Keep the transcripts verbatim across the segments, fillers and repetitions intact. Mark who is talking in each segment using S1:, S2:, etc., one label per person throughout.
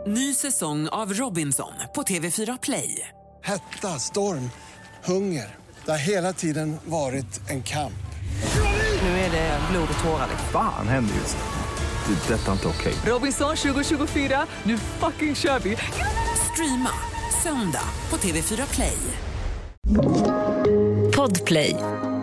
S1: Ny säsong av Robinson på T V fyra Play.
S2: Hetta, storm, hunger. Det har hela tiden varit en kamp.
S1: Nu är det blod och tårar.
S3: Fan händer just det. Det är detta inte okej.
S1: Robinson tjugo tjugofyra, nu fucking kör vi. Streama söndag på T V fyra Play.
S4: Podplay.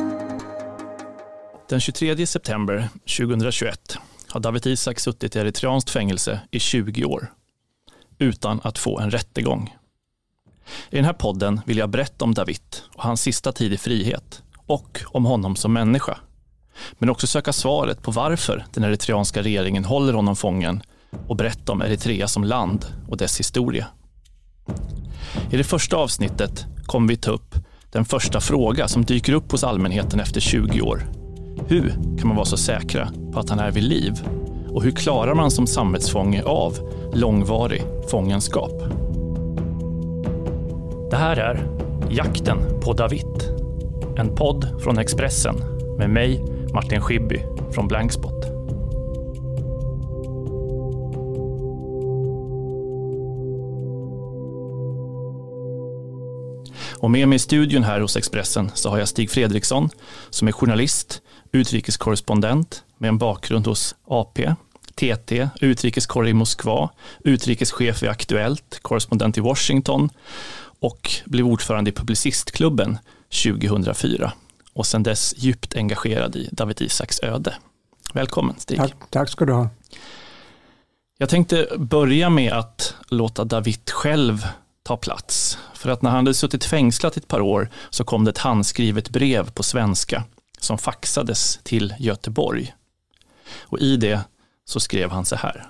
S5: Den tjugotredje september tjugohundratjugoett har Dawit Isaak suttit i eritreanskt fängelse i tjugo år utan att få en rättegång. I den här podden vill jag berätta om Dawit och hans sista tid i frihet och om honom som människa. Men också söka svaret på varför den eritreanska regeringen håller honom fången och berätta om Eritrea som land och dess historia. I det första avsnittet kommer vi ta upp den första fråga som dyker upp hos allmänheten efter tjugo år. Hur kan man vara så säkra på att han är vid liv? Och hur klarar man som samhällsfånge av långvarig fångenskap? Det här är Jakten på Dawit. En podd från Expressen med mig, Martin Schibbye från Blankspot. Och med mig i studion här hos Expressen så har jag Stig Fredriksson som är journalist, utrikeskorrespondent med en bakgrund hos A P, T T, utrikeskorre i Moskva, utrikeschef i Aktuellt, korrespondent i Washington och blev ordförande i Publicistklubben tjugohundrafyra och sedan dess djupt engagerad i Dawit Isaaks öde. Välkommen Stig.
S6: Tack, tack ska du ha.
S5: Jag tänkte börja med att låta Dawit själv ta plats. För att när han hade suttit fängslat ett par år så kom det ett handskrivet brev på svenska som faxades till Göteborg. Och i det så skrev han så här.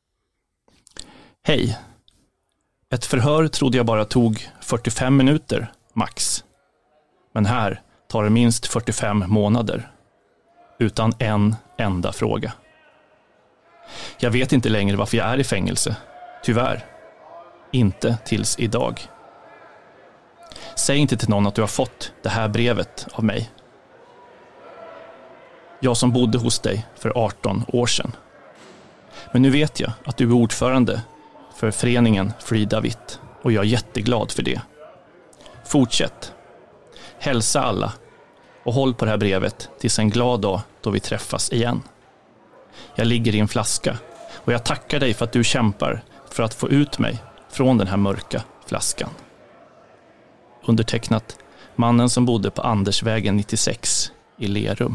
S5: Hej. Ett förhör trodde jag bara tog fyrtiofem minuter, max. Men här tar det minst fyrtiofem månader. Utan en enda fråga. Jag vet inte längre varför jag är i fängelse. Tyvärr. Inte tills idag. Säg inte till någon att du har fått det här brevet av mig. Jag som bodde hos dig för arton år sedan. Men nu vet jag att du är ordförande för föreningen Free Dawit och jag är jätteglad för det. Fortsätt. Hälsa alla och håll på det här brevet tills en glad dag då vi träffas igen. Jag ligger i en flaska och jag tackar dig för att du kämpar för att få ut mig från den här mörka flaskan. Undertecknat mannen som bodde på Andersvägen nittiosex i Lerum.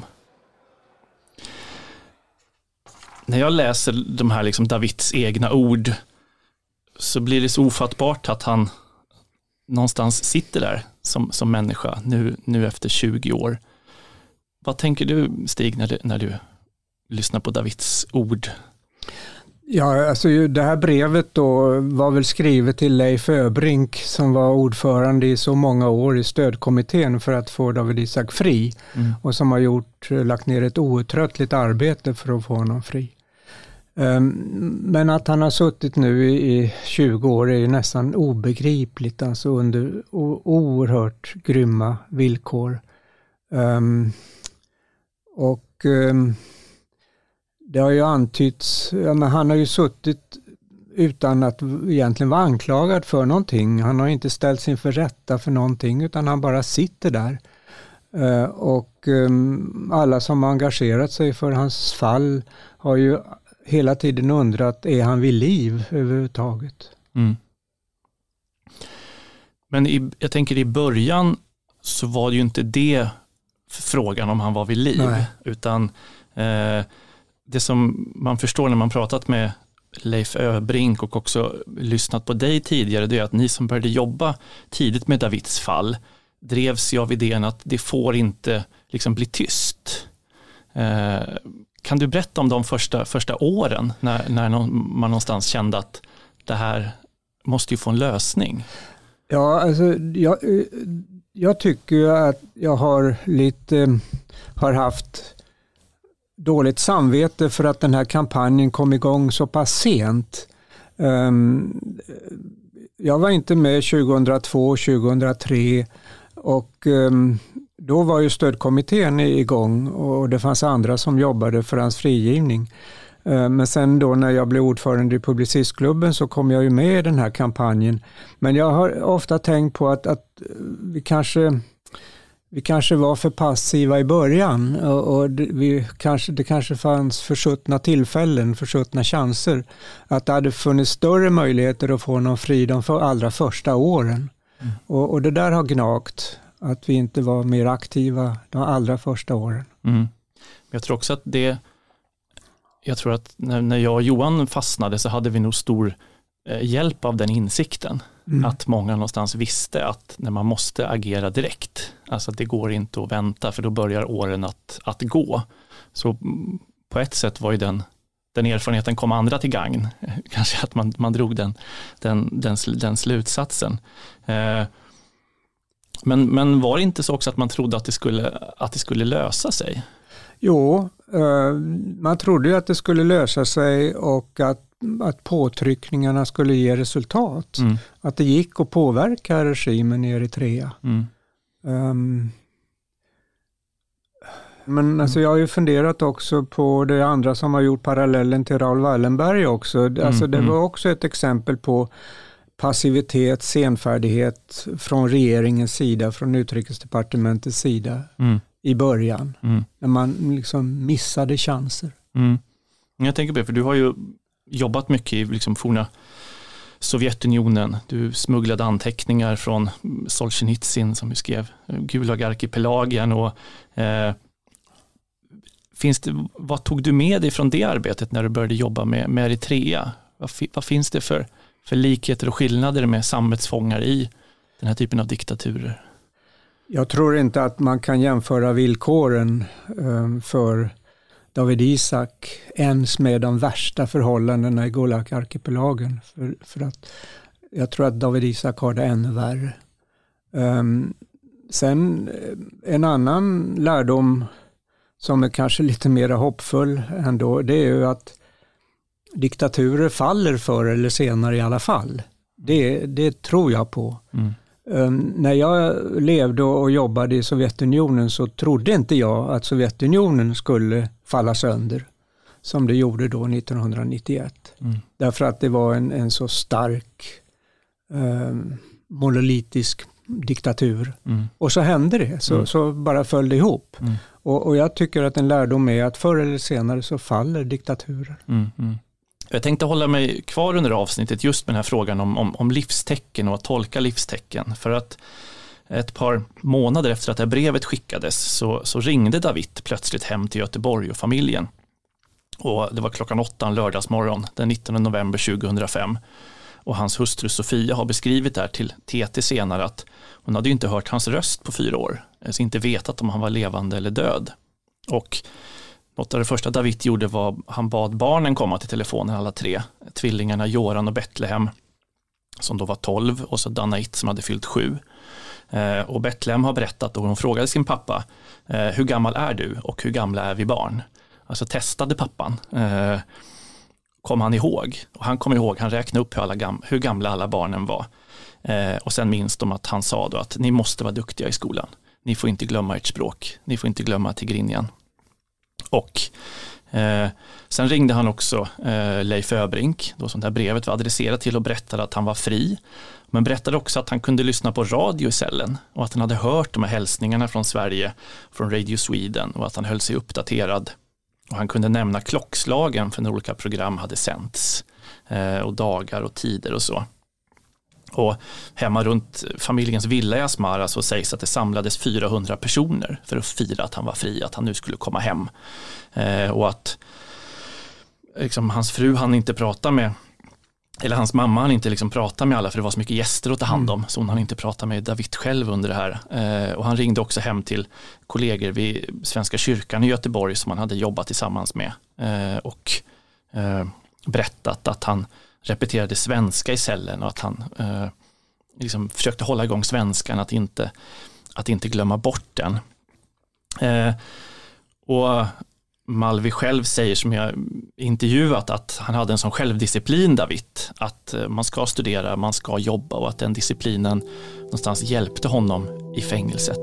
S5: När jag läser de här liksom Dawits egna ord så blir det så ofattbart att han någonstans sitter där som, som människa nu, nu efter tjugo år. Vad tänker du, Stig, när du, när du lyssnar på Dawits ord?
S6: Ja, alltså det här brevet då var väl skrivet till Leif Öbrink som var ordförande i så många år i stödkommittén för att få Dawit Isaak fri mm. och som har gjort, lagt ner ett outtröttligt arbete för att få honom fri. Um, men att han har suttit nu i, i tjugo år är ju nästan obegripligt, alltså under o- oerhört grymma villkor. Um, och um, det har ju antytts, ja, men han har ju suttit utan att egentligen vara anklagad för någonting. Han har inte ställts inför rätta för någonting utan han bara sitter där. Uh, och um, alla som har engagerat sig för hans fall har ju hela tiden undrat, är han vid liv överhuvudtaget? Mm.
S5: Men i, jag tänker i början så var det ju inte det frågan om han var vid liv. Nej. Utan eh, det som man förstår när man pratat med Leif Öbrink och också lyssnat på dig tidigare, det är att ni som började jobba tidigt med Dawits fall drevs ju av idén att det får inte liksom bli tyst. Eh, kan du berätta om de första, första åren när, när man någonstans kände att det här måste ju få en lösning?
S6: Ja, alltså jag, jag tycker ju att jag har lite har haft dåligt samvete för att den här kampanjen kom igång så pass sent. Um, jag var inte med tjugohundratvå tjugohundratre och um, då var ju stödkommittén igång och det fanns andra som jobbade för hans frigivning. Men sen då när jag blev ordförande i Publicistklubben så kom jag ju med i den här kampanjen. Men jag har ofta tänkt på att, att vi, kanske, vi kanske var för passiva i början. Och, och det, vi kanske, det kanske fanns försuttna tillfällen, försuttna chanser. Att det hade funnits större möjligheter att få någon fri de för allra första åren. Mm. Och, och det där har gnagt. Att vi inte var mer aktiva de allra första åren.
S5: Mm. Jag tror också att det... Jag tror att när, när jag och Johan fastnade så hade vi nog stor eh, hjälp av den insikten. Mm. Att många någonstans visste att när man måste agera direkt. Alltså att det går inte att vänta för då börjar åren att, att gå. Så mm, på ett sätt var ju den, den erfarenheten kom andra till gagn. Kanske att man, man drog den, den, den, den slutsatsen. Eh, men, men var det inte så också att man trodde att det skulle, att det skulle lösa sig?
S6: Jo, man trodde ju att det skulle lösa sig och att, att påtryckningarna skulle ge resultat. Mm. Att det gick att påverka regimen i Eritrea. Mm. Um, men alltså jag har ju funderat också på det andra som har gjort parallellen till Raoul Wallenberg också. Mm. Alltså det var också ett exempel på passivitet, senfärdighet från regeringens sida, från utrikesdepartementets sida. Mm. I början, mm. när man liksom missade chanser.
S5: Mm. Jag tänker på det, för du har ju jobbat mycket i liksom forna Sovjetunionen. Du smugglade anteckningar från Solzhenitsyn som du skrev, Gulag-arkipelagen. Och, eh, finns det, vad tog du med dig från det arbetet när du började jobba med, med Eritrea? Vad, vad finns det för, för likheter och skillnader med samvetsfångar i den här typen av diktaturer?
S6: Jag tror inte att man kan jämföra villkoren för Dawit Isaak ens med de värsta förhållandena i Gulag-arkipelagen. För, för att jag tror att Dawit Isaak har det ännu värre. Sen en annan lärdom som är kanske lite mer hoppfull ändå, det är ju att diktaturer faller förr eller senare i alla fall. Det, det tror jag på. Mm. Um, när jag levde och jobbade i Sovjetunionen så trodde inte jag att Sovjetunionen skulle falla sönder som det gjorde då nittonhundranittioett. Mm. Därför att det var en, en så stark um, monolitisk diktatur. Mm. Och så hände det, så, mm. så bara föll det ihop. Mm. Och, och jag tycker att en lärdom är att förr eller senare så faller diktaturer.
S5: Mm. Mm. Jag tänkte hålla mig kvar under avsnittet just med den här frågan om, om, om livstecken och att tolka livstecken. För att ett par månader efter att det här brevet skickades så, så ringde David plötsligt hem till Göteborg och familjen. Och det var klockan åtta en lördagsmorgon den nittonde november tjugohundrafem. Och hans hustru Sofia har beskrivit där till T T senare att hon hade ju inte hört hans röst på fyra år. Alltså inte vetat om han var levande eller död. Och något av det första David gjorde var att han bad barnen komma till telefonen, alla tre. Tvillingarna Joran och Betlehem som då var tolv och så Danait som hade fyllt sju. Eh, och Betlehem har berättat och hon frågade sin pappa eh, hur gammal är du och hur gamla är vi barn? Alltså testade pappan. Eh, kom han ihåg? Och han kom ihåg, han räknade upp hur, alla gam- hur gamla alla barnen var. Eh, och sen minns de att han sa då att ni måste vara duktiga i skolan. Ni får inte glömma ert språk. Ni får inte glömma tigrinjan. Och eh, sen ringde han också eh, Leif Öbrink, då som det här brevet var adresserat till, och berättade att han var fri. Men berättade också att han kunde lyssna på radio i cellen och att han hade hört de här hälsningarna från Sverige, från Radio Sweden, och att han höll sig uppdaterad. Och han kunde nämna klockslagen för när olika program hade sänts eh, och dagar och tider och så. Och hemma runt familjens villa i Asmara så sägs att det samlades fyrahundra personer för att fira att han var fri, att han nu skulle komma hem. Eh, och att liksom, hans fru hann inte prata med, eller hans mamma hann inte liksom prata med alla för det var så mycket gäster att ta hand om. Mm. Så hon hann inte prata med David själv under det här. Eh, och han ringde också hem till kollegor vid Svenska kyrkan i Göteborg som han hade jobbat tillsammans med. Eh, och eh, berättat att han repeterade svenska i cellen och att han eh, liksom försökte hålla igång svenskan, att inte, att inte glömma bort den. Eh, och Malvi själv säger, som jag intervjuat, att han hade en sån självdisciplin, David, att eh, man ska studera, man ska jobba, och att den disciplinen någonstans hjälpte honom i fängelset.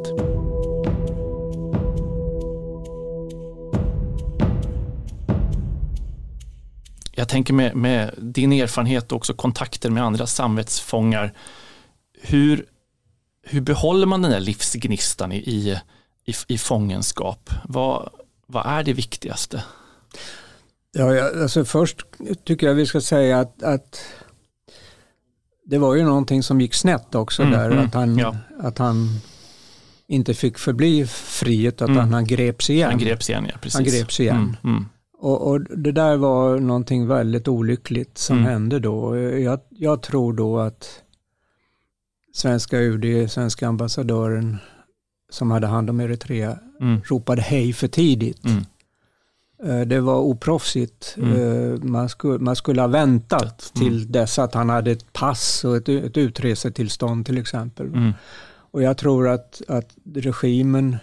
S5: jag tänker med, med din erfarenhet och också kontakter med andra samvetsfångar, hur, hur behåller man den där livsgnistan i, i, i, i fångenskap? Vad, vad är det viktigaste?
S6: Ja, jag, alltså först tycker jag vi ska säga att, att det var ju någonting som gick snett också mm, där. Mm, att, han, ja. att han inte fick förbli fri, att mm. han, han greps igen.
S5: Han greps igen, ja, precis.
S6: Han greps igen. Mm, mm. Och, och det där var någonting väldigt olyckligt som mm. hände då. Jag, jag tror då att svenska U D, svenska ambassadören som hade hand om Eritrea mm. ropade hej för tidigt. Mm. Det var oproffsigt. Mm. Man, skulle, man skulle ha väntat mm. till dess att han hade ett pass och ett, ett utresetillstånd till exempel. Mm. Och jag tror att, att regimen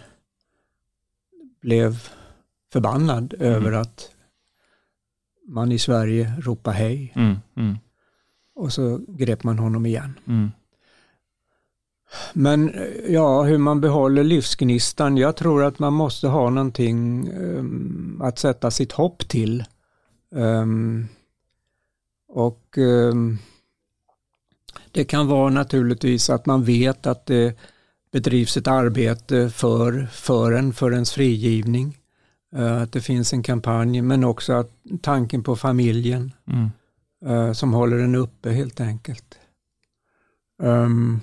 S6: blev förbannad mm. över att man i Sverige ropade hej. Mm. Mm. Och så grep man honom igen. Mm. Men ja, hur man behåller livsgnistan. Jag tror att man måste ha någonting um, att sätta sitt hopp till. Um, och um, det kan vara naturligtvis att man vet att det bedrivs ett arbete för, för en, för ens frigivning. Uh, att det finns en kampanj, men också att tanken på familjen mm. uh, som håller den uppe helt enkelt. Um,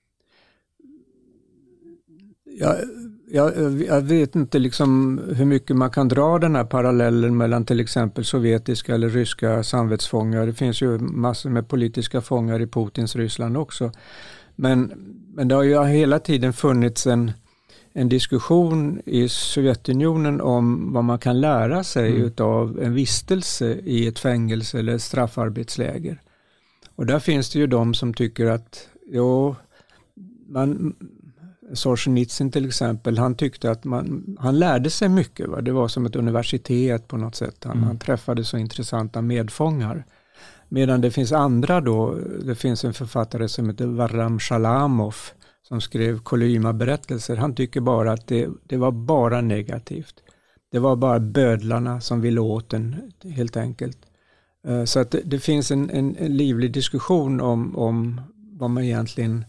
S6: Jag, jag, jag vet inte liksom hur mycket man kan dra den här parallellen mellan till exempel sovjetiska eller ryska samvetsfångar. Det finns ju massor med politiska fångar i Putins Ryssland också. Men, men det har ju hela tiden funnits en, en diskussion i Sovjetunionen om vad man kan lära sig mm. av en vistelse i ett fängelse eller ett straffarbetsläger. Och där finns det ju de som tycker att jo, man... Solzhenitsyn till exempel, han tyckte att man, han lärde sig mycket. Va? Det var som ett universitet på något sätt. Han, mm. han träffade så intressanta medfångar. Medan det finns andra då, det finns en författare som heter Varam Shalamov som skrev Kolyma-berättelser. Han tycker bara att det, det var bara negativt. Det var bara bödlarna som ville åt den helt enkelt. Så att det, det finns en, en, en livlig diskussion om, om vad man egentligen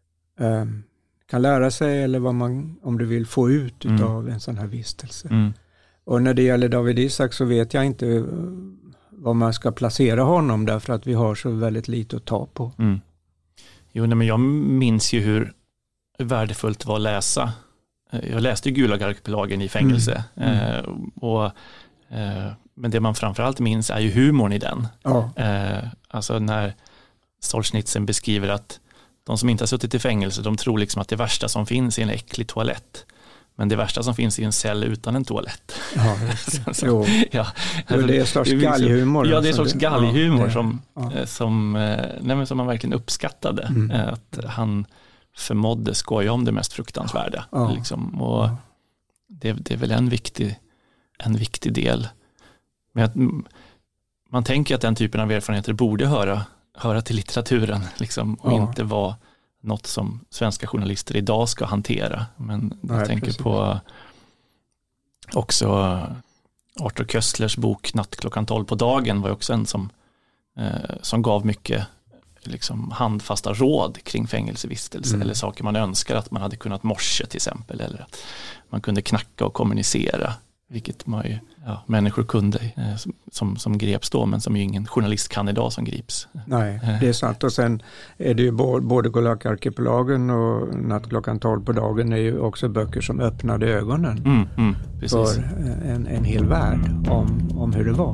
S6: um, kan lära sig eller vad man, om du vill, få ut mm. av en sån här vistelse. Mm. Och när det gäller Dawit Isaak så vet jag inte vad man ska placera honom därför att vi har så väldigt lite att ta på. Mm.
S5: Jo, nej, men jag minns ju hur värdefullt det var att läsa. Jag läste ju Gulag-arkipelagen i fängelse. Mm. Mm. Eh, och, eh, men det man framförallt minns är ju humorn i den. Ja. Eh, alltså när Solzhenitsyn beskriver att de som inte har suttit i fängelse, de tror liksom att det värsta som finns är en äcklig toalett. Men det värsta som finns är en cell utan en toalett. Ja, så, så,
S6: jo. Ja, alltså, det är en slags galghumor.
S5: Ja, det är en slags galghumor ja, som, ja. som, nej, men som man verkligen uppskattade. Mm. Att han förmådde skoja om det mest fruktansvärda. Ja. Liksom. Och ja. det, det är väl en viktig, en viktig del. Men att, man tänker att den typen av erfarenheter borde höra höra till litteraturen liksom, och ja. inte vara något som svenska journalister idag ska hantera. Men jag Nej, tänker precis. på också Arthur Köstlers bok Natt klockan tolv på dagen var också en som, eh, som gav mycket liksom, handfasta råd kring fängelsevistelse mm. eller saker man önskar att man hade kunnat morse till exempel, eller att man kunde knacka och kommunicera. Vilket man ju, ja, människor kunde eh, som, som greps då, men som ju ingen journalist kan idag som grips.
S6: Nej, det är sant. Och sen är det ju både Gulag-arkipelagen och Natt klockan tolv på dagen är ju också böcker som öppnade ögonen mm, mm, för en, en hel värld om, om hur det var.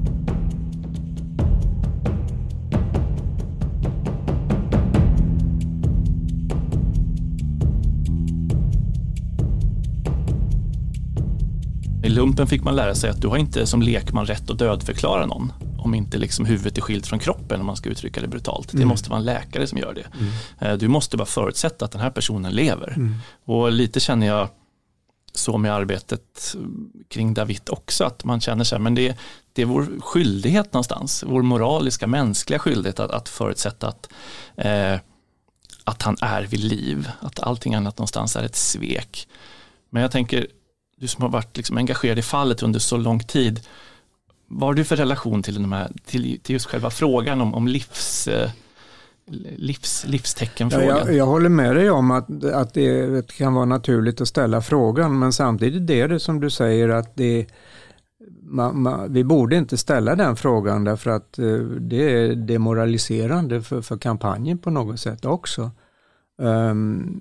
S5: I lumpen fick man lära sig att du har inte som lekman rätt att dödförklara någon om inte liksom huvudet är skilt från kroppen, om man ska uttrycka det brutalt. Mm. Det måste vara en läkare som gör det. Mm. Du måste bara förutsätta att den här personen lever. Mm. Och lite känner jag så med arbetet kring Dawit också, att man känner sig, men det, det är vår skyldighet någonstans, vår moraliska, mänskliga skyldighet att, att förutsätta att, eh, att han är vid liv, att allting annat någonstans är ett svek. Men jag tänker, du som har varit liksom engagerad i fallet under så lång tid, vad har du för relation till, de här, till, till just själva frågan om, om livs, livs, livsteckenfrågan?
S6: Ja, jag, jag håller med dig om att, att det kan vara naturligt att ställa frågan, men samtidigt är det som du säger att det, man, man, vi borde inte ställa den frågan därför att det är demoraliserande för, för kampanjen på något sätt också. Um,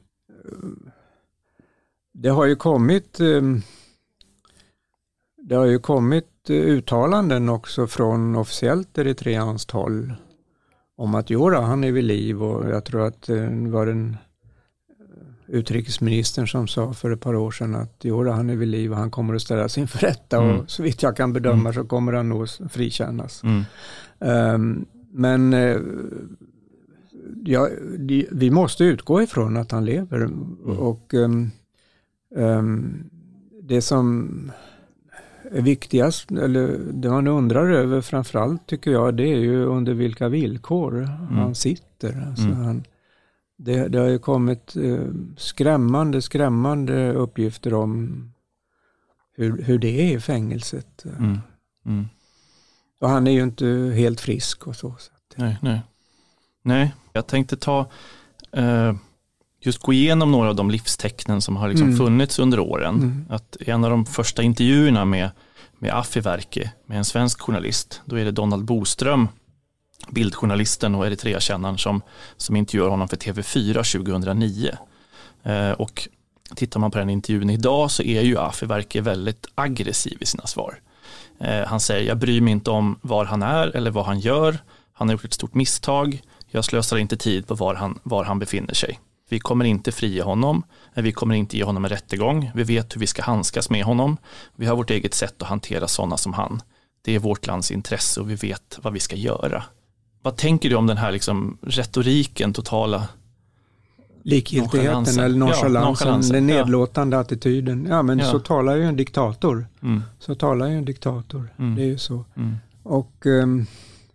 S6: det har ju kommit um, det har ju kommit uttalanden också från officiellt eritreanskt håll om att Jora, han är vid liv, och jag tror att det var den utrikesministern som sa för ett par år sedan att Jora, han är vid liv och han kommer att ställas inför rätta mm. och så vitt jag kan bedöma mm. så kommer han nog frikännas. Mm. Um, men uh, ja, de, vi måste utgå ifrån att han lever mm. och um, um, det som är viktigast, eller det man undrar över framförallt tycker jag, det är ju under vilka villkor mm. han sitter. Alltså mm. han, det, det har ju kommit eh, skrämmande, skrämmande uppgifter om hur, hur det är i fängelset. Mm. Mm. Och han är ju inte helt frisk och så. så att,
S5: nej, nej. nej, jag tänkte ta eh, just gå igenom några av de livstecknen som har liksom mm. funnits under åren. Mm. Att en av de första intervjuerna med, med Afiverki, med en svensk journalist, då är det Donald Boström, bildjournalisten och Eritrea-kännaren som, som intervjuar honom för T V fyra tjugohundranio. Eh, och tittar man på den intervjun idag så är ju Afiverki väldigt aggressiv i sina svar. Eh, han säger, jag bryr mig inte om var han är eller vad han gör. Han har gjort ett stort misstag. Jag slösar inte tid på var han, var han befinner sig. Vi kommer inte fria honom. Vi kommer inte ge honom en rättegång. Vi vet hur vi ska handskas med honom. Vi har vårt eget sätt att hantera sådana som han. Det är vårt lands intresse och vi vet vad vi ska göra. Vad tänker du om den här liksom retoriken, totala
S6: likgiltigheten eller nonchalansen, ja, nonchalansen, den nedlåtande ja. attityden? Ja, men ja. så talar ju en diktator. Mm. Så talar ju en diktator. Mm. Det är ju så. Mm. Och um,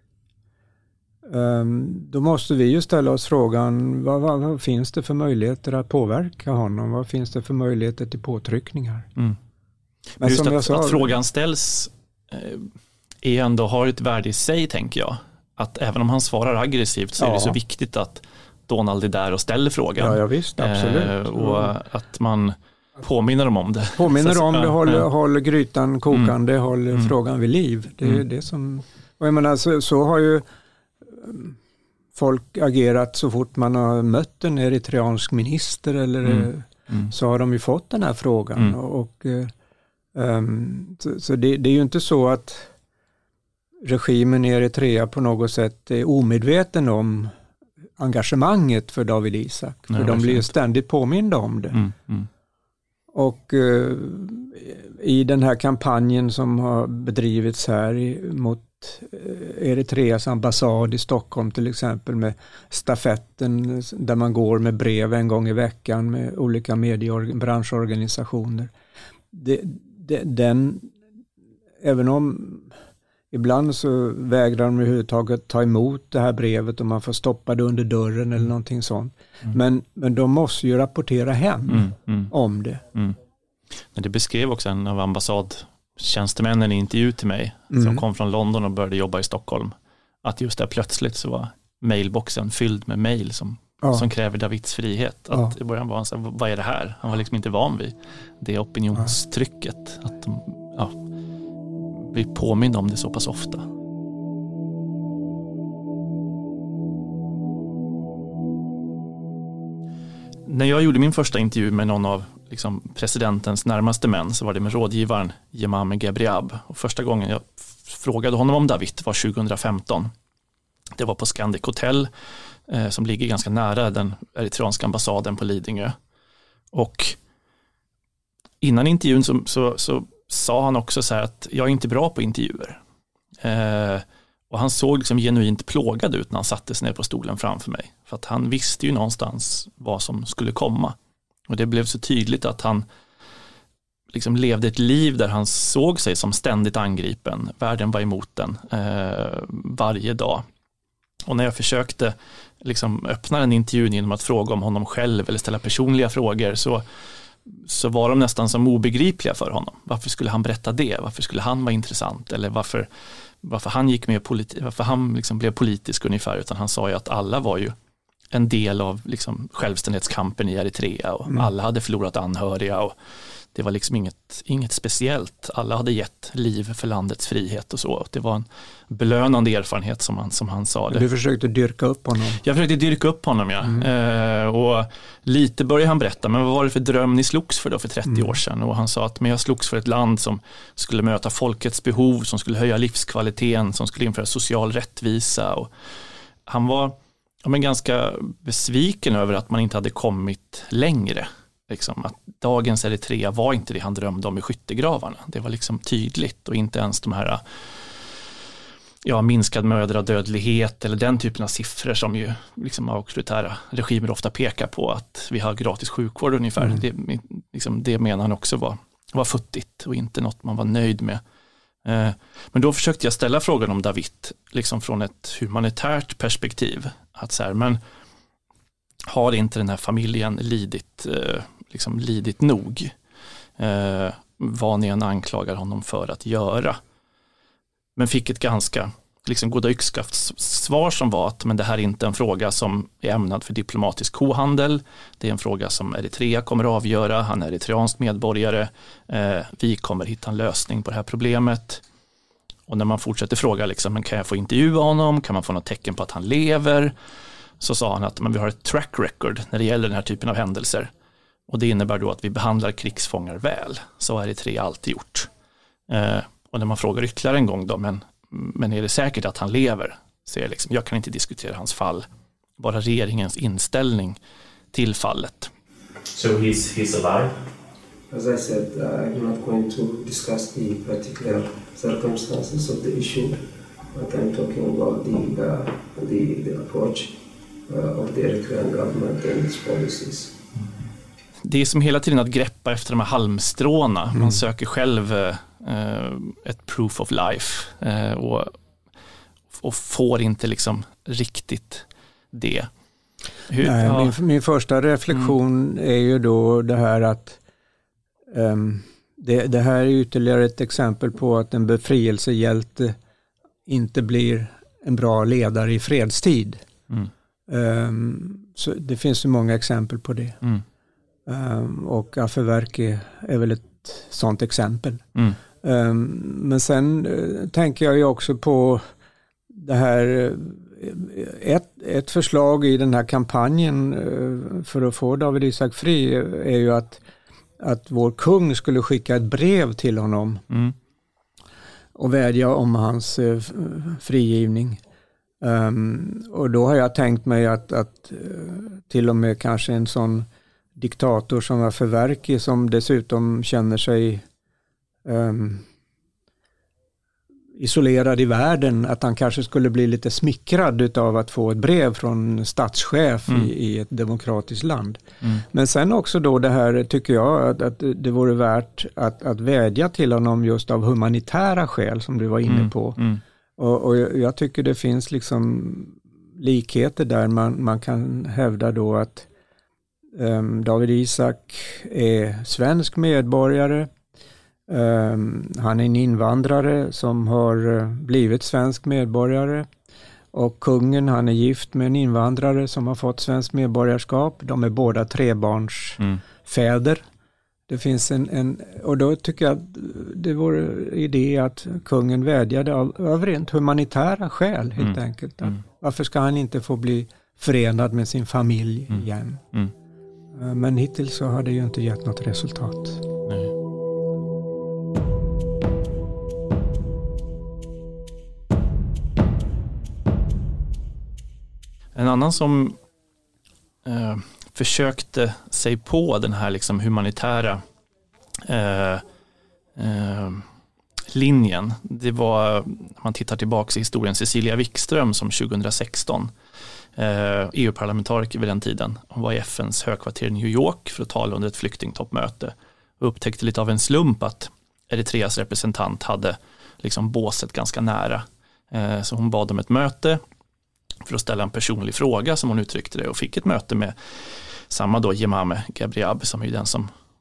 S6: um, då måste vi ju ställa oss frågan, vad, vad, vad finns det för möjligheter att påverka honom? Vad finns det för möjligheter till påtryckningar?
S5: Mm. Men just som att, jag sa, att frågan ställs eh, är ändå, har ett värde i sig, tänker jag. Att även om han svarar aggressivt så ja. är det så viktigt att Donald är där och ställer frågan.
S6: Ja, ja visst, absolut. Eh,
S5: och mm. att man påminner dem om det.
S6: Påminner om det, håller, ja. håller grytan kokande, mm. håller mm. frågan vid liv. Det är mm. det som... Och jag menar, så, så har ju folk agerat så fort man har mött en eritreansk minister eller mm. Mm. så har de ju fått den här frågan. Mm. Och, um, så så det, det är ju inte så att regimen i Eritrea på något sätt är omedveten om engagemanget för Dawit Isaak. För Nej, de blir ju ständigt påminda om det. Mm, mm. Och uh, i den här kampanjen som har bedrivits här i, mot Eritreas ambassad i Stockholm till exempel, med stafetten där man går med brev en gång i veckan med olika medie- branschorganisationer. Det, det, den, även om ibland så vägrar de överhuvudtaget ta emot det här brevet och man får stoppa det under dörren eller någonting sånt. Mm. Men, men de måste ju rapportera hem mm, mm. om det. Mm.
S5: Men det beskrev också en av ambassadtjänstemännen i intervju till mig mm. som kom från London och började jobba i Stockholm. Att just där plötsligt så var mailboxen fylld med mail som, ja. som kräver Davids frihet. Att ja. I början var han så här, vad är det här? Han var liksom inte van vid det opinionstrycket. Ja. Att de, ja, vi påminner om det så pass ofta. När jag gjorde min första intervju med någon av liksom, presidentens närmaste män så var det med rådgivaren Yemame Gebriab. Och första gången jag frågade honom om David var tjugohundrafemton. Det var på Scandic Hotel eh, som ligger ganska nära den eritreanska ambassaden på Lidingö. Och innan intervjun så, så, så sa han också så här att jag är inte bra på intervjuer. Eh, och han såg liksom genuint plågad ut när han satte sig ner på stolen framför mig. För att han visste ju någonstans vad som skulle komma. Och det blev så tydligt att han liksom levde ett liv där han såg sig som ständigt angripen. Världen var emot den eh, varje dag. Och när jag försökte liksom öppna den intervjun genom att fråga om honom själv eller ställa personliga frågor så så var de nästan som obegripliga för honom. Varför skulle han berätta det? Varför skulle han vara intressant? Eller varför, varför han gick med politi- varför han liksom blev politisk ungefär, utan han sa ju att alla var ju en del av liksom självständighetskampen i Eritrea och mm. alla hade förlorat anhöriga och det var liksom inget, inget speciellt. Alla hade gett liv för landets frihet och så. Det var en belönande erfarenhet som han, som han sa det.
S6: Du försökte dyrka upp honom?
S5: Jag försökte dyrka upp honom, ja. Mm. Eh, och lite började han berätta, men vad var det för dröm ni slogs för då för trettio mm. år sedan? Och han sa att men jag slogs för ett land som skulle möta folkets behov, som skulle höja livskvaliteten, som skulle införa social rättvisa. Och han var ja, men ganska besviken över att man inte hade kommit längre. Liksom, att dagens Eritrea var inte det han drömde om i skyttegravarna. Det var liksom tydligt och inte ens de här ja, minskad mödradödlighet eller den typen av siffror som ju liksom auktoritära regimer ofta pekar på, att vi har gratis sjukvård ungefär. Mm. Det, liksom, det menar han också var, var futtigt och inte något man var nöjd med. Eh, men då försökte jag ställa frågan om Dawit liksom från ett humanitärt perspektiv. Att så här, men har inte den här familjen lidit, eh, liksom lidit nog? Eh, vad ni än anklagar honom för att göra. Men fick ett ganska liksom goda yxskafts-svar som var att men det här är inte en fråga som är ämnad för diplomatisk kohandel. Det är en fråga som Eritrea kommer att avgöra. Han är eritreansk medborgare. Eh, vi kommer hitta en lösning på det här problemet. Och när man fortsätter fråga liksom, men kan jag få intervjua honom? Kan man få något tecken på att han lever? Så sa han att men vi har ett track record när det gäller den här typen av händelser. Och det innebär då att vi behandlar krigsfångar väl. Så har Eritrea alltid gjort. Eh, och när man frågar ytterligare en gång då, men, men är det säkert att han lever? Så är det liksom, jag kan inte diskutera hans fall. Bara regeringens inställning till fallet.
S4: So he's, he's alive?
S7: As I said, uh, I'm not going to discuss the particular circumstances of the issue, but I'm talking about the, uh, the, the approach uh, of the Eritrean government and its policies.
S5: Det är som hela tiden att greppa efter de här halmstråna. Man mm. söker själv eh, ett proof of life eh, och, och får inte liksom riktigt det.
S6: Hur, Nej, ja. min, min första reflektion mm. är ju då det här att um, det, det här är ytterligare ett exempel på att en befrielsehjälte inte blir en bra ledare i fredstid. Mm. Um, så det finns ju många exempel på det. Mm. Um, och Afewerki är väl ett sånt exempel. Mm. Um, men sen uh, tänker jag ju också på det här uh, ett, ett förslag i den här kampanjen uh, för att få Dawit Isaak fri uh, är ju att, att vår kung skulle skicka ett brev till honom mm. och vädja om hans uh, frigivning. Um, och då har jag tänkt mig att, att uh, till och med kanske en sån diktator som Afewerki, som dessutom känner sig um, isolerad i världen, att han kanske skulle bli lite smickrad utav att få ett brev från statschef mm. i, i ett demokratiskt land. Mm. Men sen också då det här tycker jag att, att det vore värt att, att vädja till honom just av humanitära skäl som du var inne mm. på. Mm. Och, och jag tycker det finns liksom likheter där man, man kan hävda då att Um, Dawit Isaak är svensk medborgare. Um, han är en invandrare som har uh, blivit svensk medborgare. Och kungen, han är gift med en invandrare som har fått svensk medborgarskap. De är båda trebarnsfäder. Mm. Det finns en, en, och då tycker jag att det vore idé att kungen vädjade av, av rent humanitära skäl helt mm. enkelt. Mm. Varför ska han inte få bli förenad med sin familj mm. igen? Mm. Men hittills så har det ju inte gett något resultat. Nej.
S5: En annan som eh, försökte sig på den här liksom humanitära eh, eh, linjen, det var, om man tittar tillbaka i historien, Cecilia Wikström som tjugohundrasexton E U-parlamentariker vid den tiden. Hon var i F N:s högkvarter i New York för att tala under ett flyktingtoppmöte och upptäckte lite av en slump att Eritreas representant hade liksom båset ganska nära. Så hon bad om ett möte för att ställa en personlig fråga som hon uttryckte det och fick ett möte med samma då Jemame Gabriab som är den som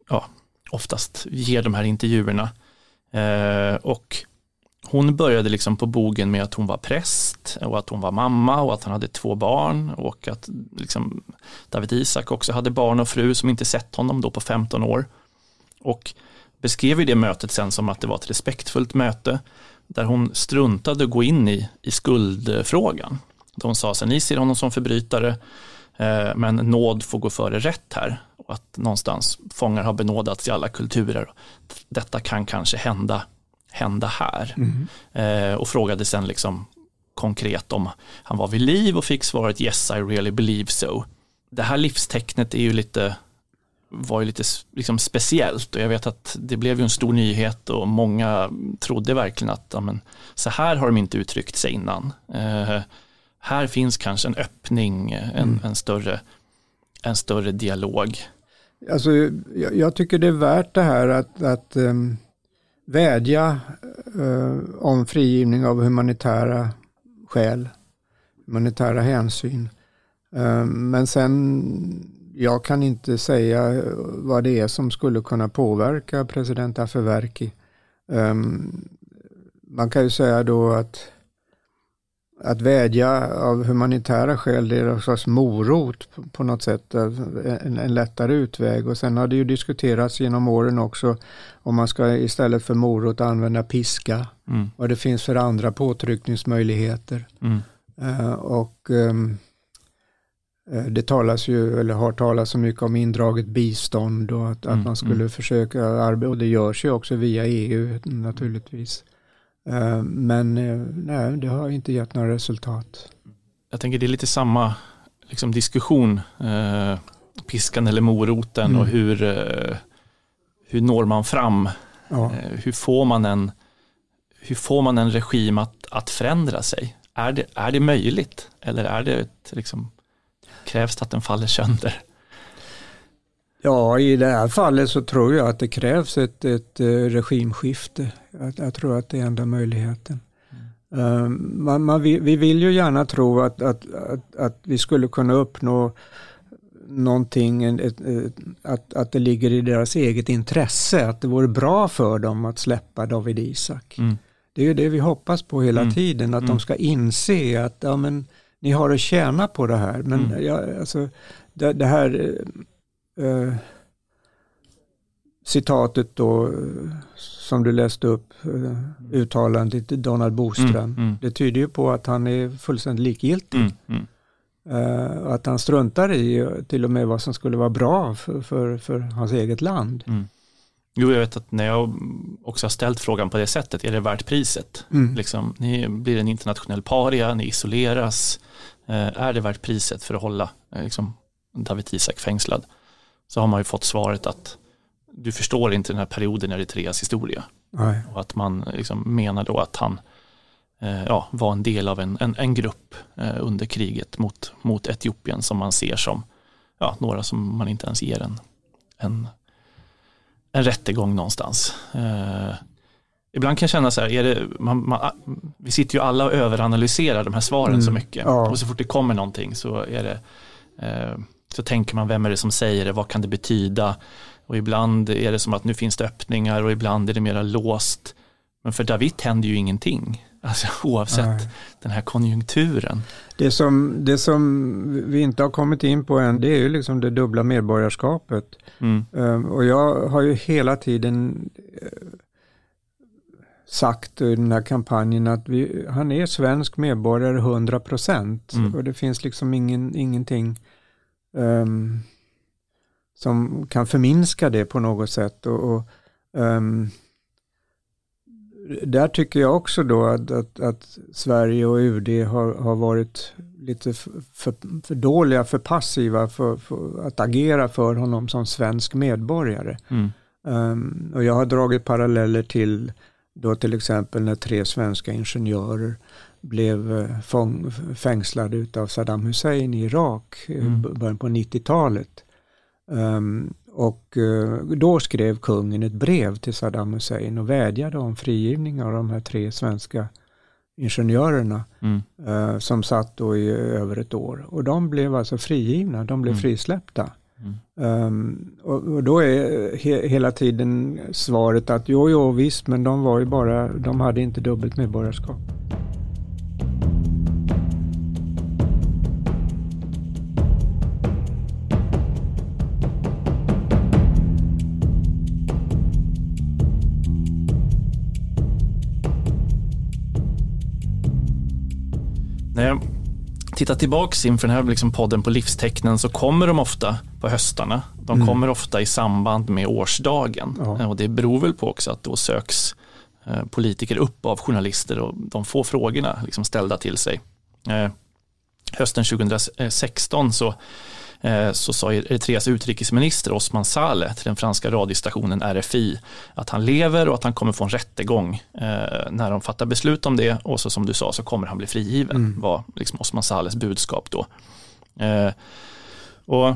S5: ja, oftast ger de här intervjuerna. Eh, och hon började liksom på bogen med att hon var präst och att hon var mamma och att han hade två barn och att liksom Dawit Isaak också hade barn och fru som inte sett honom då på femton år. Och beskrev ju det mötet sen som att det var ett respektfullt möte där hon struntade att gå in i, i skuldfrågan. De sa så, ni ser honom som förbrytare eh, men nåd får gå före rätt här och att någonstans fångar har benådats i alla kulturer. Detta kan kanske hända, hända här. Mm. Eh, och frågade sen liksom konkret om han var vid liv och fick svaret yes, I really believe so. Det här livstecknet är ju lite var ju lite liksom speciellt och jag vet att det blev ju en stor nyhet och många trodde verkligen att ja, men, så här har de inte uttryckt sig innan. Eh, här finns kanske en öppning, en, mm. en, större, en större dialog.
S6: Alltså, jag, jag tycker det är värt det här att, att um, vädja uh, om frigivning av humanitära skäl, humanitära hänsyn. Uh, men sen jag kan inte säga vad det är som skulle kunna påverka president Afewerki. Um, man kan ju säga då att att vädja av humanitära skäl, det är en slags morot på, på något sätt, en, en lättare utväg. Och sen har det ju diskuterats genom åren också om man ska istället för morot använda piska. Mm. Vad det finns för andra påtryckningsmöjligheter. Mm. Uh, och um, det talas ju, eller har talats så mycket om indraget bistånd och att, mm, att man skulle mm. försöka arbeta, och det görs ju också via E U naturligtvis. Men nej, det har inte gett några resultat.
S5: Jag tänker det är lite samma liksom, diskussion, eh, piskan eller moroten mm. och hur, eh, hur når man fram? Ja. Eh, hur får man en, hur får man en regim att, att förändra sig? Är det, är det möjligt? Eller är det ett liksom krävs att den faller sönder?
S6: Ja, i det här fallet så tror jag att det krävs ett, ett regimskifte. Jag, jag tror att det är enda möjligheten. Mm. Um, man, man, vi, vi vill ju gärna tro att, att, att, att vi skulle kunna uppnå någonting, ett, ett, att, att det ligger i deras eget intresse, att det vore bra för dem att släppa Dawit Isaak. Mm. Det är ju det vi hoppas på hela mm. tiden, att mm. de ska inse att ja, men, ni har att tjäna på det här. Men mm. ja, alltså, det, det här eh, citatet då som du läste upp, eh, uttalandet till Donald Boström, mm. Mm. det tyder ju på att han är fullständigt likgiltig. Mm. Mm. Eh, att han struntar i till och med vad som skulle vara bra för, för, för hans eget land.
S5: Mm. Jo, jag vet att när jag också har ställt frågan på det sättet, är det värt priset? Mm. Liksom, ni blir en internationell paria, ni isoleras. Eh, är det värt priset för att hålla eh, liksom, Dawit Isaak fängslad? Så har man ju fått svaret att du förstår inte den här perioden i Eritreas historia. Nej. Och att man liksom menar då att han eh, ja, var en del av en, en, en grupp eh, under kriget mot, mot Etiopien som man ser som ja, några som man inte ens ger en, en en rättegång någonstans. Eh, ibland kan jag känna så här, är det, man, man, vi sitter ju alla och överanalyserar de här svaren mm, så mycket. Ja. Och så fort det kommer någonting så är det eh, så tänker man, vem är det som säger det? Vad kan det betyda? Och ibland är det som att nu finns det öppningar och ibland är det mera låst. Men för Dawit händer ju ingenting. Alltså oavsett Nej. den här konjunkturen.
S6: Det som, det som vi inte har kommit in på än, det är ju liksom det dubbla medborgarskapet. Mm. Um, och jag har ju hela tiden uh, sagt i den här kampanjen att vi, han är svensk medborgare hundra procent. Mm. Och det finns liksom ingen, ingenting um, som kan förminska det på något sätt. Och, och um, där tycker jag också då att, att, att Sverige och U D har, har varit lite för, för, för dåliga, för passiva för, för att agera för honom som svensk medborgare. Mm. Um, och jag har dragit paralleller till då till exempel när tre svenska ingenjörer blev fång, fängslade utav Saddam Hussein i Irak i mm. början på nittiotalet. Um, och uh, då skrev kungen ett brev till Saddam Hussein och vädjade om frigivning av de här tre svenska ingenjörerna mm. uh, som satt då i över ett år. Och de blev alltså frigivna, de blev mm. frisläppta. Mm. Um, och, och då är he, hela tiden svaret att jo, jo visst, men de var ju bara, de hade inte dubbelt medborgarskap.
S5: När jag tittar tillbaks inför den här liksom podden på livstecknen så kommer de ofta på höstarna. De mm. kommer ofta i samband med årsdagen. Ja. Och det beror väl på också att då söks eh, politiker upp av journalister och de får frågorna liksom ställda till sig. Eh, hösten tjugohundrasexton så, eh, så sa Eritreas utrikesminister Osman Saleh till den franska radiostationen R F I att han lever och att han kommer få en rättegång eh, när de fattar beslut om det, och så som du sa så kommer han bli frigiven, mm. var liksom Osman Salehs budskap då. Eh, och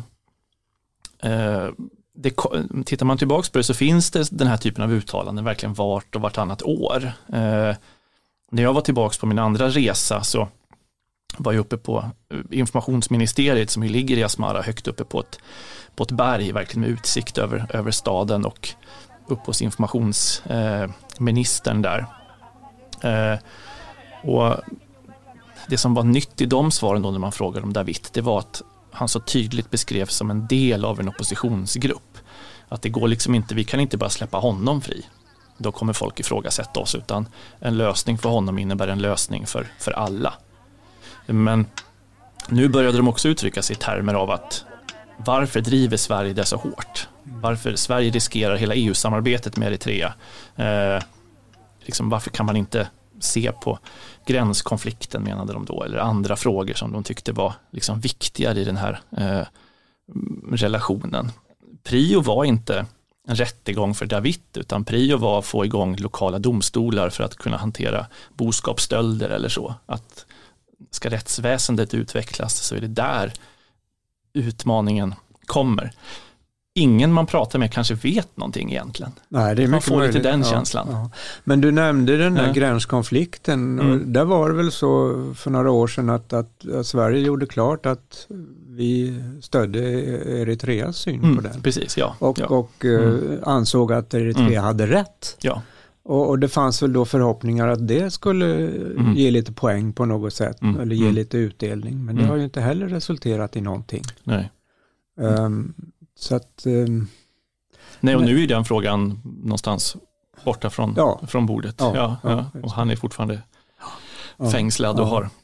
S5: eh, det, tittar man tillbaka på det så finns det den här typen av uttalanden verkligen vart och vartannat år. Eh, när jag var tillbaka på min andra resa så var jag uppe på informationsministeriet som ligger i Asmara, högt uppe på ett, på ett berg, verkligen med utsikt över, över staden, och upp hos informationsministern eh, där. Eh, och det som var nytt i de svaren då när man frågade om Dawit, det var att han så tydligt beskrevs som en del av en oppositionsgrupp. Att det går liksom inte, vi kan inte bara släppa honom fri. Då kommer folk ifrågasätta oss, utan en lösning för honom innebär en lösning för, för alla. Men nu började de också uttrycka sig i termer av att varför driver Sverige det så hårt? Varför Sverige riskerar hela E U-samarbetet med Eritrea? Eh, liksom, varför kan man inte se på gränskonflikten, menade de då, eller andra frågor som de tyckte var liksom viktigare i den här eh, relationen. Prio var inte en rättegång för Dawit, utan prio var att få igång lokala domstolar för att kunna hantera boskapsstölder eller så. Att ska rättsväsendet utvecklas så är det där utmaningen kommer. Ingen man pratar med kanske vet någonting egentligen. Nej, det är man får möjligt. Lite den ja, känslan. Ja.
S6: Men du nämnde den där
S5: ja.
S6: gränskonflikten. Mm. Och där var det väl så för några år sedan att, att, att Sverige gjorde klart att vi stödde Eritreas syn mm, på den.
S5: Precis, ja.
S6: Och,
S5: ja.
S6: och mm. ansåg att Eritrea mm. hade rätt.
S5: Ja.
S6: Och, och det fanns väl då förhoppningar att det skulle mm. ge lite poäng på något sätt. Mm. Eller ge mm. lite utdelning. Men det mm. har ju inte heller resulterat i någonting.
S5: Nej.
S6: Um, så att... Um,
S5: Nej, och nu är den frågan någonstans borta från, ja. från bordet. Ja, ja, ja. Och han är fortfarande ja. fängslad och har...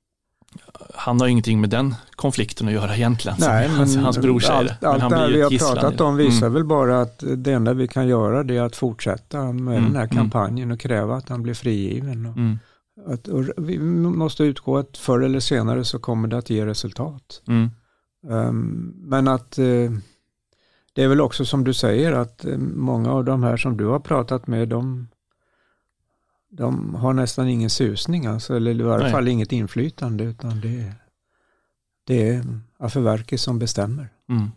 S5: Han har ingenting med den konflikten att göra egentligen.
S6: Nej,
S5: men hans, hans bror säger
S6: allt,
S5: det. Men
S6: allt
S5: han
S6: det
S5: blir
S6: vi har
S5: gisslan.
S6: pratat om visar
S5: mm.
S6: väl bara att det enda vi kan göra det är att fortsätta med mm. den här kampanjen och kräva att han blir frigiven. Och
S5: Mm.
S6: att, och vi måste utgå att förr eller senare så kommer det att ge resultat.
S5: Mm.
S6: Um, men att uh, det är väl också som du säger att uh, många av de här som du har pratat med, de De har nästan ingen susning, alltså, eller i varje Nej. fall inget inflytande, utan det är, det är Afewerki som bestämmer.
S5: Mm.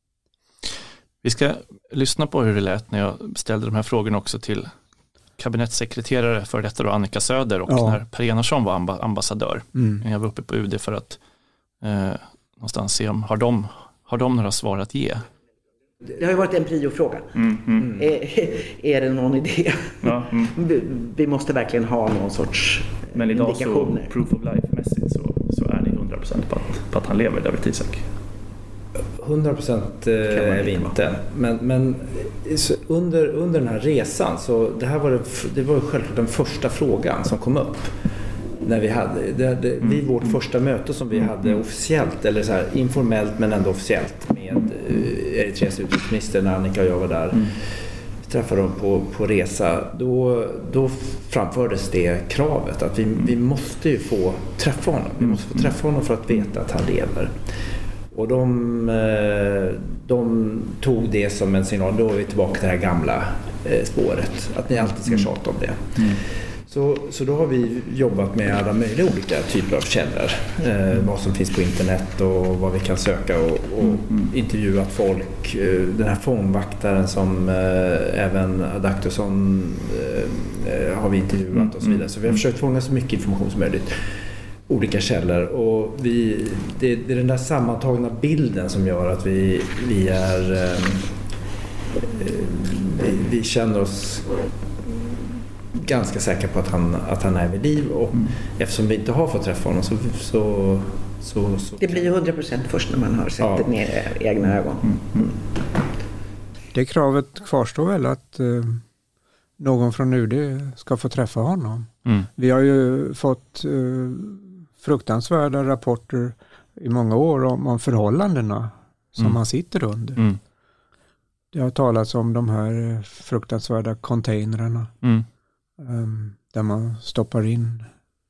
S5: Vi ska lyssna på hur det lät när jag ställde de här frågorna också till kabinettssekreterare för detta då, Annika Söder, och ja. när Per Enarsson var amb- ambassadör. Mm. Jag var uppe på U D för att eh, någonstans se om har de, har de några svar att ge.
S8: Det har ju varit en priofråga.
S5: Mm, mm.
S8: Är, är det någon idé?
S5: Ja, mm.
S8: vi, vi måste verkligen ha någon sorts
S5: Men idag
S8: indikationer.
S5: Så, proof of life-mässigt så, så är ni hundra procent på att, på att han lever, Dawit Isaak?
S9: hundra procent är vi inte. Men, men under, under den här resan så det här var det, det var självklart den första frågan som kom upp. När vi hade, det, det, mm. vid vårt första möte som vi mm. hade officiellt, eller så här informellt men ändå officiellt med Eritreas utrikesminister när Annika och jag var där. Mm. Vi träffade dem på, på resa. Då, då framfördes det kravet att vi, vi måste ju få träffa honom. Vi måste få träffa honom för att veta att han lever. Och de, de tog det som en signal. Då är vi tillbaka till det här gamla spåret. Att ni alltid ska tjata om det. Mm. Så, så då har vi jobbat med alla möjliga olika typer av källor. Eh, vad som finns på internet och vad vi kan söka och, och mm. intervjuat folk. Eh, den här fångvaktaren som eh, även Adaktusson eh, har vi intervjuat och så vidare. Så vi har försökt fånga så mycket information som möjligt. olika källor och vi, det, det är den där sammantagna bilden som gör att vi, vi är eh, vi, vi känner oss ganska säkra på att han, att han är vid liv och mm. eftersom vi inte har fått träffa honom så, så, så, så
S8: det blir ju hundra procent först när man har sett ja. det med egna ögon. Mm. Mm.
S6: Det kravet kvarstår väl att eh, någon från U D ska få träffa honom. Mm. Vi har ju fått eh, fruktansvärda rapporter i många år om, om förhållandena som mm. han sitter under. Mm. Det har talats om de här fruktansvärda containrarna mm. um, där man stoppar in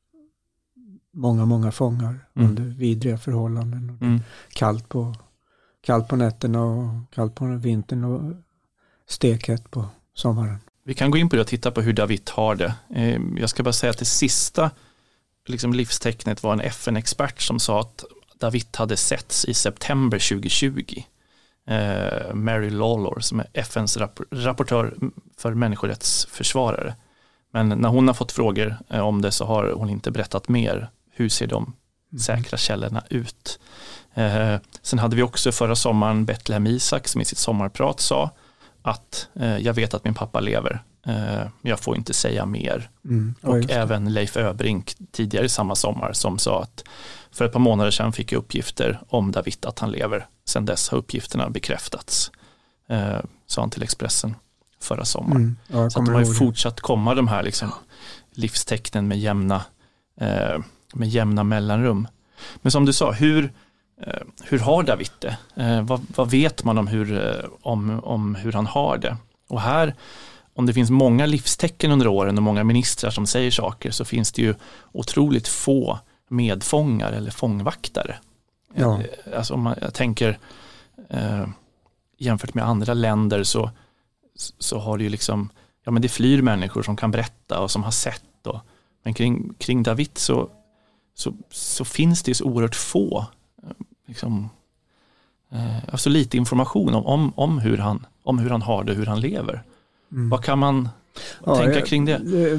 S6: många, många fångar mm. under vidriga förhållanden. Och mm. kallt, på, kallt på nätterna och kallt på vintern och stekhett på sommaren.
S5: Vi kan gå in på det och titta på hur Dawit har det. Jag ska bara säga att det sista liksom, livstecknet var en F N-expert som sa att Dawit hade setts i september tjugohundratjugo. Eh, Mary Lawlor som är F N:s rap- rapportör för människorättsförsvarare. Men när hon har fått frågor eh, om det så har hon inte berättat mer. Hur ser de mm. säkra källorna ut? Eh, sen hade vi också förra sommaren Betlehem Isak som i sitt sommarprat sa att eh, jag vet att min pappa lever. Eh, jag får inte säga mer. Mm. Ja, och även Leif Öbrink tidigare samma sommar som sa att för ett par månader sedan fick jag uppgifter om Dawit att han lever. Sen dess har uppgifterna bekräftats. Eh, sa han till Expressen förra sommaren. Mm. Ja, så att de har ju fortsatt komma de här liksom, livstecknen med jämna, eh, med jämna mellanrum. Men som du sa, hur, eh, hur har Dawit det? Eh, vad, vad vet man om hur, eh, om, om hur han har det? Och här, om det finns många livstecken under åren och många ministrar som säger saker så finns det ju otroligt få medfångar eller fångvaktare. Ja. Alltså om man, jag tänker eh, jämfört med andra länder så, så har det ju liksom, ja men det flyr människor som kan berätta och som har sett och, men kring, kring Dawit så, så, så finns det ju så oerhört få liksom, eh, alltså lite information om, om, om, hur han, om hur han har det, hur han lever. Mm. Vad kan man ja, tänka jag, kring det? det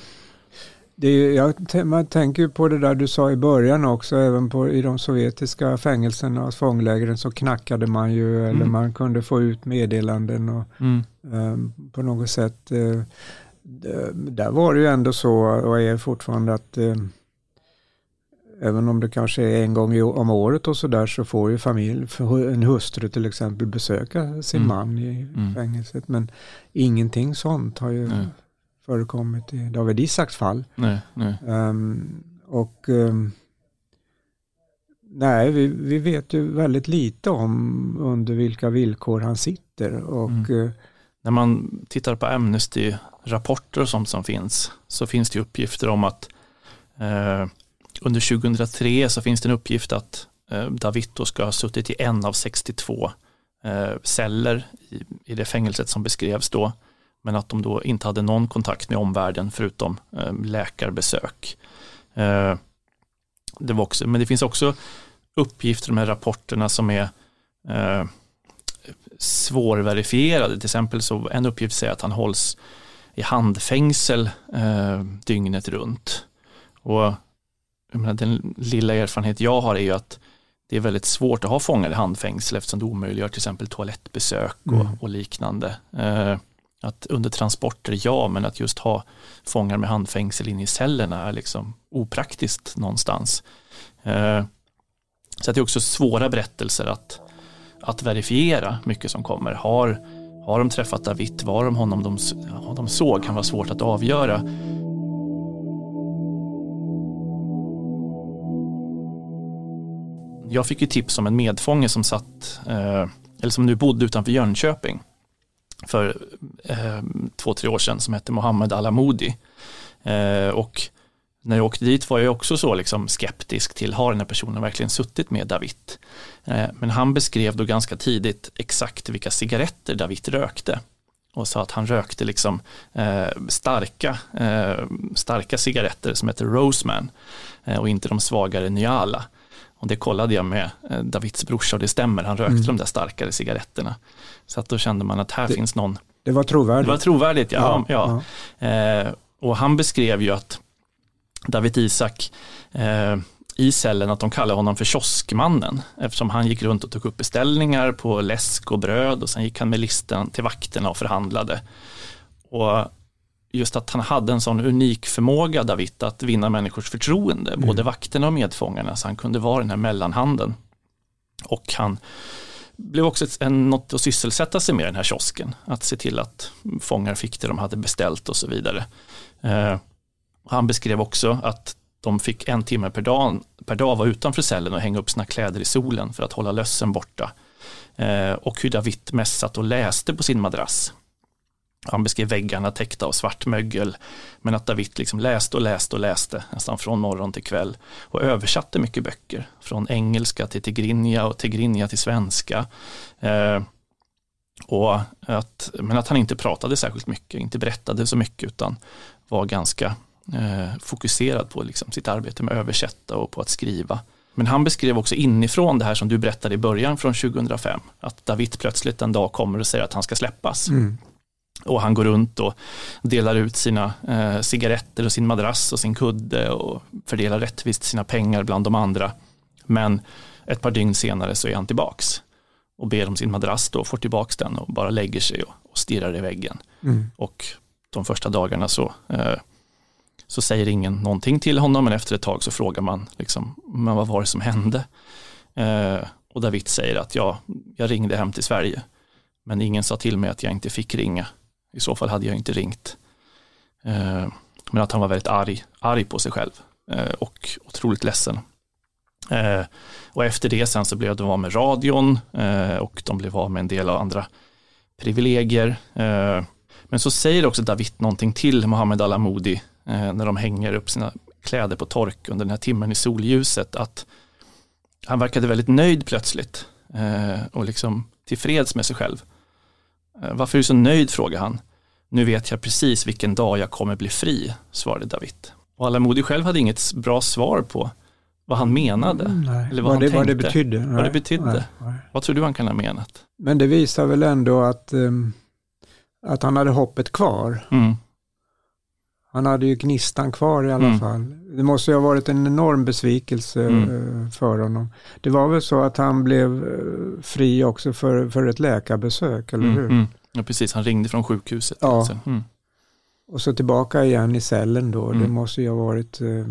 S6: Det, jag, man tänker på det där du sa i början också, även på, i de sovjetiska fängelserna och fånglägren så knackade man ju, mm. eller man kunde få ut meddelanden och mm. um, på något sätt uh, där var det ju ändå så och är fortfarande att uh, även om det kanske är en gång i, om året och så där så får ju familj, en hustru till exempel besöka sin mm. man i mm. fängelset, men ingenting sånt har ju mm. förekommit i Dawit Isaks fall. Nej, nej. Um, och um, nej, vi, vi vet ju väldigt lite om under vilka villkor han sitter. Och, mm. uh,
S5: när man tittar på Amnesty-rapporter och sånt som finns så finns det uppgifter om att uh, under tjugohundratre så finns det en uppgift att uh, Dawit ska ha suttit i en av sextiotvå uh, celler i, i det fängelset som beskrevs då. Men att de då inte hade någon kontakt med omvärlden förutom eh, läkarbesök. Eh, det var också, men det finns också uppgifter i de här rapporterna som är eh, svårverifierade. Till exempel så en uppgift säger att han hålls i handfängsel eh, dygnet runt. Och jag menar, den lilla erfarenhet jag har är ju att det är väldigt svårt att ha fångar i handfängsel eftersom det omöjliggör till exempel toalettbesök och, mm. och liknande. Eh, Att under transporter, ja, men att just ha fångar med handfängsel in i cellerna är liksom opraktiskt någonstans. Eh, så att det är också svåra berättelser att, att verifiera mycket som kommer. Har, har de träffat Dawit, var de honom de, de såg kan vara svårt att avgöra. Jag fick ju tips om en medfånge som satt, eh, eller som nu bodde utanför Jönköping för eh, två, tre år sedan som hette Mohammed Alamoudi. Eh, och när jag åkte dit var jag också så liksom skeptisk till har den här personen verkligen suttit med Dawit. Eh, men han beskrev då ganska tidigt exakt vilka cigaretter Dawit rökte. Och sa att han rökte liksom eh, starka, eh, starka cigaretter som heter Roseman eh, och inte de svagare Nyala. Och det kollade jag med eh, Dawits brorsa och det stämmer. Han rökte mm. de där starkare cigaretterna. Så att då kände man att här
S6: det,
S5: finns någon...
S6: Det var trovärdigt.
S5: Det var trovärdigt, ja. ja, ja. ja. Eh, och han beskrev ju att Dawit Isaak eh, i cellen att de kallar honom för kioskmannen, eftersom han gick runt och tog upp beställningar på läsk och bröd och sen gick han med listan till vakterna och förhandlade. Och just att han hade en sån unik förmåga, Dawit, att vinna människors förtroende, mm. både vakterna och medfångarna, så han kunde vara den här mellanhanden. Och han blev också en, något att sysselsätta sig med den här kiosken, att se till att fångar fick det de hade beställt och så vidare. Eh, han beskrev också att de fick en timme per dag, per dag vara utanför cellen och hänga upp sina kläder i solen för att hålla lössen borta. Eh, och hur Dawit mässat och läste på sin madrass. Han beskrev väggarna täckta av svart mögel, men att Dawit liksom läste och läste och läste nästan från morgon till kväll och översatte mycket böcker från engelska till tigrinja och tigrinja till svenska. Eh, och att, men att han inte pratade särskilt mycket, inte berättade så mycket, utan var ganska eh, fokuserad på liksom sitt arbete med att översätta och på att skriva. Men han beskrev också inifrån det här som du berättade i början från tjugohundrafem, att Dawit plötsligt en dag kommer och säger att han ska släppas. Mm. Och han går runt och delar ut sina eh, cigaretter och sin madrass och sin kudde och fördelar rättvist sina pengar bland de andra. Men ett par dygn senare så är han tillbaks och ber om sin madrass då, får tillbaks den och bara lägger sig och, och stirrar i väggen. Mm. Och de första dagarna så, eh, så säger ingen någonting till honom, men efter ett tag så frågar man liksom, men vad var det som hände? Eh, och Dawit säger att ja, jag ringde hem till Sverige, men ingen sa till mig att jag inte fick ringa. I så fall hade jag inte ringt. Eh, men att han var väldigt arg, arg på sig själv eh, och otroligt ledsen. Eh, och efter det sen så blev de av med radion eh, och de blev av med en del av andra privilegier. Eh, men så säger också Dawit någonting till Mohammed Al-Amoudi eh, när de hänger upp sina kläder på tork under den här timmen i solljuset, att han verkade väldigt nöjd plötsligt eh, och liksom tillfreds med sig själv. Varför är du så nöjd, frågar han. Nu vet jag precis vilken dag jag kommer bli fri, svarade Dawit. Och Al-Amoudi själv hade inget bra svar på vad han menade. Mm, eller vad, vad, han
S6: det,
S5: tänkte.
S6: vad det betydde.
S5: Vad
S6: nej,
S5: det betydde. Nej, nej. Vad tror du han kan ha menat?
S6: Men det visar väl ändå att, um, att han hade hoppet kvar. Mm. Han hade ju gnistan kvar i alla mm. fall. Det måste ju ha varit en enorm besvikelse mm. för honom. Det var väl så att han blev fri också för, för ett läkarbesök, eller
S5: mm.
S6: hur?
S5: Mm. Ja, precis. Han ringde från sjukhuset.
S6: Ja.
S5: Alltså. Mm.
S6: Och så tillbaka igen i cellen då. Mm. Det måste ju ha varit eh,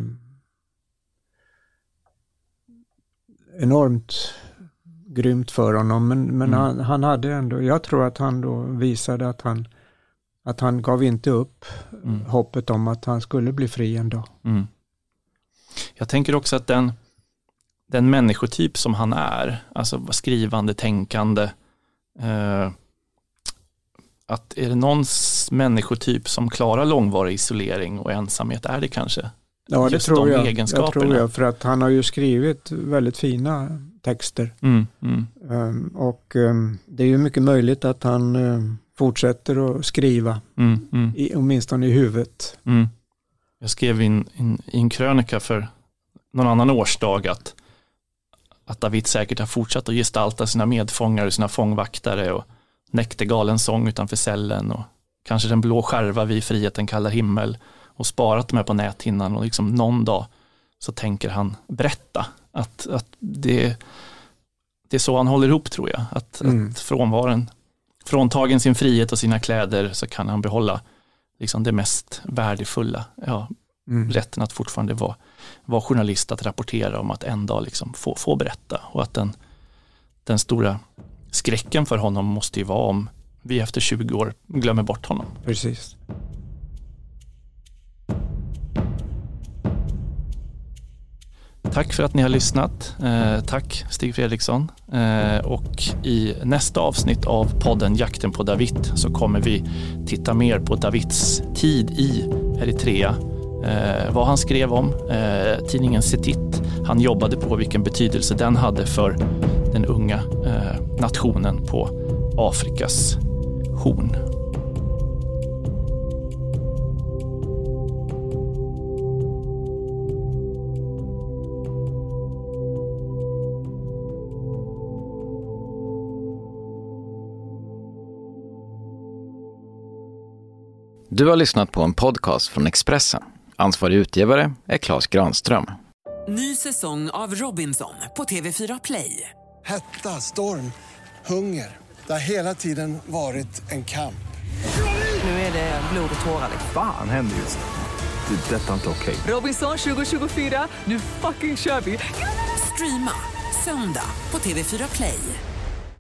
S6: enormt grymt för honom. Men, men mm. han, han hade ändå, jag tror att han då visade att han Att han gav inte upp mm. hoppet om att han skulle bli fri en dag.
S5: Mm. Jag tänker också att den, den människotyp som han är, alltså skrivande, tänkande, eh, att är det någons människotyp som klarar långvarig isolering och ensamhet, är det kanske
S6: ja, det
S5: just
S6: tror
S5: de
S6: jag.
S5: egenskaperna.
S6: Jag tror jag, för att han har ju skrivit väldigt fina texter. Mm. Mm. Um, och um, det är ju mycket möjligt att han um, fortsätter att skriva, mm, mm. I, åtminstone i huvudet.
S5: Mm. Jag skrev in, in, i en krönika för någon annan årsdag att, att Dawit säkert har fortsatt att gestalta sina medfångare, sina fångvaktare och Näktergalens sång utanför cellen och kanske Den blå skärva vid friheten kallar himmel och sparat dem här på näthinnan, och liksom någon dag så tänker han berätta att, att det, det är så han håller ihop, tror jag. Att, mm. att frånvaren Fråntagen sin frihet och sina kläder så kan han behålla liksom det mest värdefulla. Ja, mm. Rätten att fortfarande vara, vara journalist, att rapportera om att en dag liksom få, få berätta. Och att den, den stora skräcken för honom måste ju vara om vi efter tjugo år glömmer bort honom.
S6: Precis.
S5: Tack för att ni har lyssnat. Eh, tack Stig Fredriksson. Eh, och i nästa avsnitt av podden Jakten på Dawit så kommer vi titta mer på Dawits tid i Eritrea. Eh, vad han skrev om, eh, tidningen Setit han jobbade på, vilken betydelse den hade för den unga eh, nationen på Afrikas horn.
S10: Du har lyssnat på en podcast från Expressen. Ansvarig utgivare är Claes Granström.
S1: Ny säsong av Robinson på T V fyra Play.
S2: Hetta, storm, hunger. Det har hela tiden varit en kamp.
S1: Nu är det blod och tårar.
S3: Fan händer just det. Det är detta inte okej.
S1: Robinson tjugo tjugofyra, nu fucking kör vi. Streama söndag på T V fyra Play.